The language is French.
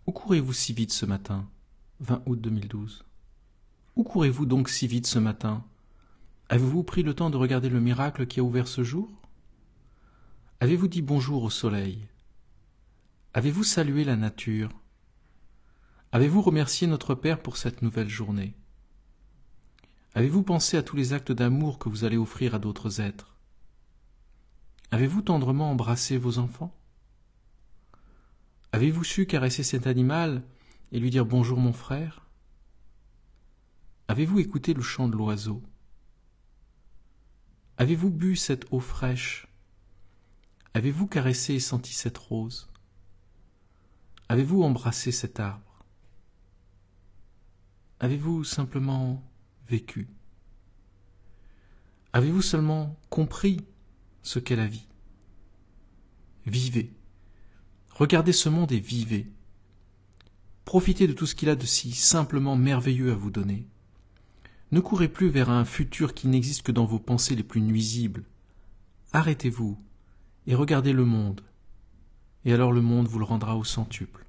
Où courez-vous si vite ce matin, 20 août 2012? Où courez-vous donc si vite ce matin? Avez-vous pris le temps de regarder le miracle qui a ouvert ce jour? Avez-vous dit bonjour au soleil? Avez-vous salué la nature? Avez-vous remercié notre Père pour cette nouvelle journée? Avez-vous pensé à tous les actes d'amour que vous allez offrir à d'autres êtres? Avez-vous tendrement embrassé vos enfants? Avez-vous su caresser cet animal et lui dire bonjour mon frère? Avez-vous écouté le chant de l'oiseau? Avez-vous bu cette eau fraîche? Avez-vous caressé et senti cette rose? Avez-vous embrassé cet arbre? Avez-vous simplement vécu? Avez-vous seulement compris ce qu'est la vie? Vivez. Regardez ce monde et vivez. Profitez de tout ce qu'il a de si simplement merveilleux à vous donner. Ne courez plus vers un futur qui n'existe que dans vos pensées les plus nuisibles. Arrêtez-vous et regardez le monde, et alors le monde vous le rendra au centuple.